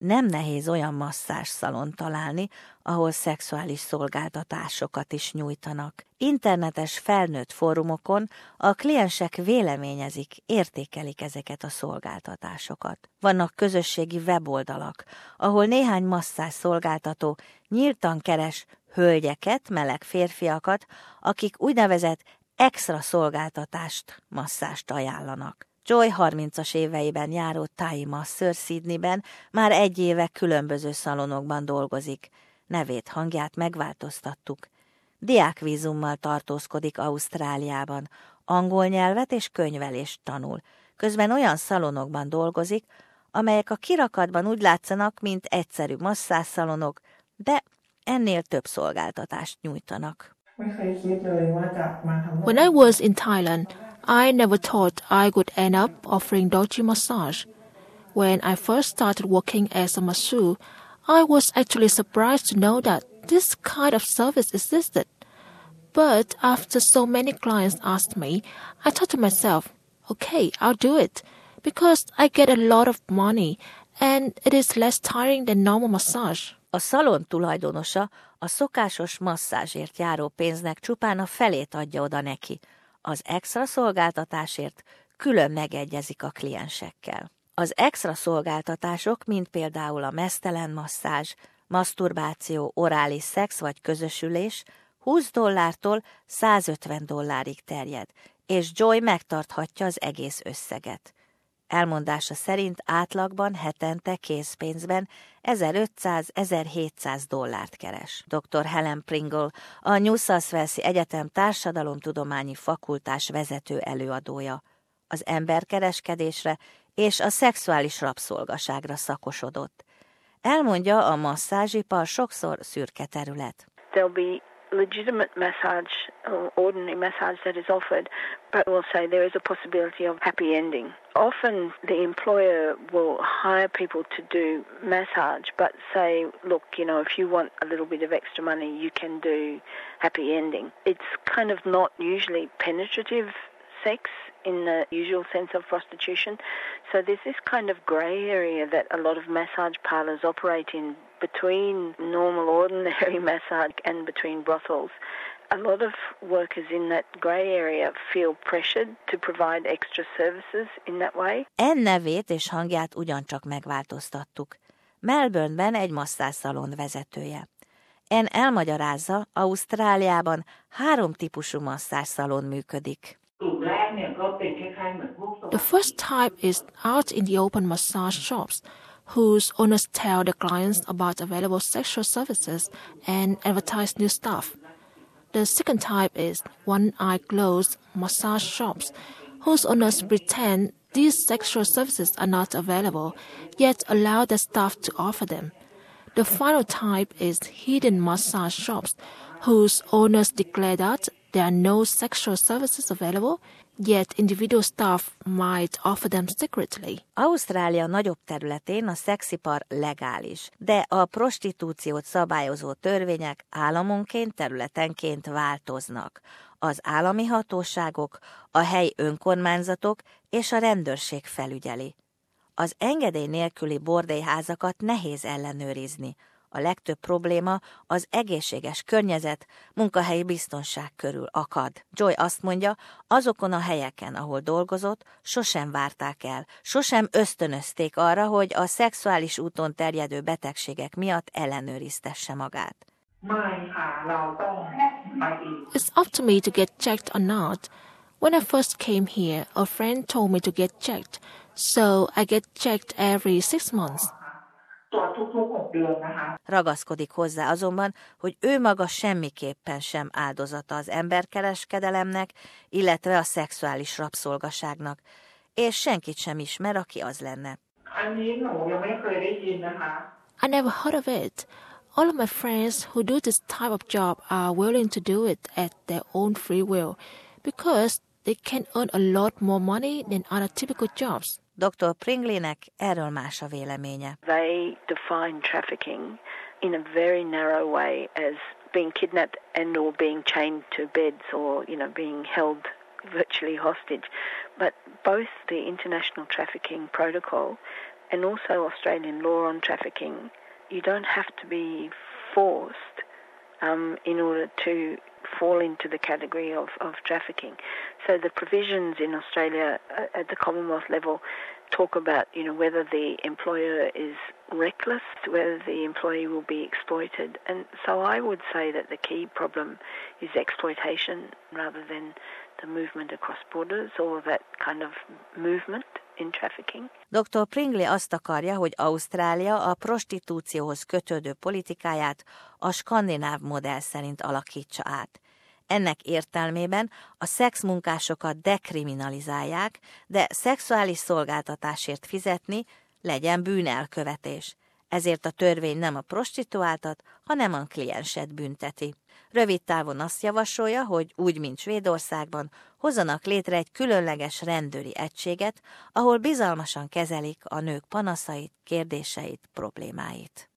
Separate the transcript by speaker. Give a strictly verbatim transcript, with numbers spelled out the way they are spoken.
Speaker 1: Nem nehéz olyan masszázsszalont találni, ahol szexuális szolgáltatásokat is nyújtanak. Internetes felnőtt fórumokon a kliensek véleményezik, értékelik ezeket a szolgáltatásokat. Vannak közösségi weboldalak, ahol néhány masszázs szolgáltató nyíltan keres hölgyeket, meleg férfiakat, akik úgynevezett extra szolgáltatást, masszást ajánlanak. Joy harmincas éveiben járó Thai masször Sydneyben már egy éve különböző szalonokban dolgozik. Nevét, hangját megváltoztattuk. Diákvízummal tartózkodik Ausztráliában, angol nyelvet és könyvelést tanul. Közben olyan szalonokban dolgozik, amelyek a kirakatban úgy látszanak, mint egyszerű masszásszalonok, de ennél több szolgáltatást nyújtanak.
Speaker 2: When I was in Thailand, I never thought I would end up offering dodgy massage. When I first started working as a masseur, I was actually surprised to know that this kind of service existed. But after so many clients asked me, I thought to myself, okay, I'll do it, because I get a lot of money and it is less tiring than normal massage.
Speaker 1: A szalon tulajdonosa a szokásos masszázsért járó pénznek csupán a felét adja oda neki. Az extra szolgáltatásért külön megegyezik a kliensekkel. Az extra szolgáltatások, mint például a meztelen masszázs, maszturbáció, orális szex vagy közösülés húsz dollártól százötven dollárig terjed, és Joy megtarthatja az egész összeget. Elmondása szerint átlagban hetente készpénzben ezerötszáz-ezerhétszáz dollárt keres. doktor Helen Pringle, a New South Wales-i Egyetem Társadalomtudományi Fakultás vezető előadója. Az emberkereskedésre és a szexuális rabszolgaságra szakosodott. Elmondja, a masszázsipar sokszor szürke terület.
Speaker 3: There'll be legitimate massage or ordinary massage that is offered, but also there is a possibility of happy ending. Often the employer will hire people to do massage, but say, look, you know, if you want a little bit of extra money, you can do happy ending. It's kind of not usually penetrative sex in the usual sense of prostitution. So there's this kind of grey area that a lot of massage parlours operate in between normal, ordinary massage and between brothels. A lot of workers in that grey area feel pressured to provide extra services in that way.
Speaker 1: En nevét és hangját ugyancsak megváltoztattuk. Melbourneben egy masszásszalon vezetője. En elmagyarázza, Ausztráliában három típusú masszásszalon működik.
Speaker 2: The first type is out in the open massage shops, whose owners tell the clients about available sexual services and advertise new stuff. The second type is one-eye closed massage shops, whose owners pretend these sexual services are not available, yet allow their staff to offer them. The final type is hidden massage shops, whose owners declare that there are no sexual services available, yet individual staff might offer them secretly.
Speaker 1: Ausztrália nagyobb területén a szexipar legális, de a prostitúciót szabályozó törvények államonként, területenként változnak. Az állami hatóságok, a helyi önkormányzatok és a rendőrség felügyeli. Az engedély nélküli bordélyházakat nehéz ellenőrizni. A legtöbb probléma az egészséges környezet, munkahelyi biztonság körül akad. Joy azt mondja, azokon a helyeken, ahol dolgozott, sosem várták el, sosem ösztönözték arra, hogy a szexuális úton terjedő betegségek miatt ellenőriztesse magát.
Speaker 2: It's up to me to get checked or not. When I first came here, a friend told me to get checked, so I get checked every six months.
Speaker 1: Ragaszkodik hozzá azonban, hogy ő maga semmiképpen sem áldozata az emberkereskedelemnek, illetve a szexuális rabszolgaságnak, és senkit sem ismer, aki az lenne.
Speaker 2: I never heard of it. All of my friends who do this type of job are willing to do it at their own free will, because they can earn a lot more money than other typical jobs.
Speaker 1: doktor Pringley-nek erről más a véleménye.
Speaker 3: They define trafficking in a very narrow way as being kidnapped and or being chained to beds or, you know, being held virtually hostage. But both the International Trafficking Protocol and also Australian law on trafficking, you don't have to be forced um, in order to fall into the category of, of trafficking. So the provisions in Australia at the Commonwealth level talk about, you know, whether the employer is reckless, whether the employee will be exploited. And so I would say that the key problem is exploitation rather than the movement across borders or that kind of movement in trafficking.
Speaker 1: doktor Pringley azt akarja, hogy Ausztrália a prostitúcióhoz kötődő politikáját a skandináv modell szerint alakítsa át. Ennek értelmében a szexmunkásokat dekriminalizálják, de szexuális szolgáltatásért fizetni legyen bűnelkövetés. Ezért a törvény nem a prostituáltat, hanem a klienset bünteti. Rövid távon azt javasolja, hogy úgy, mint Svédországban, hozzanak létre egy különleges rendőri egységet, ahol bizalmasan kezelik a nők panaszait, kérdéseit, problémáit.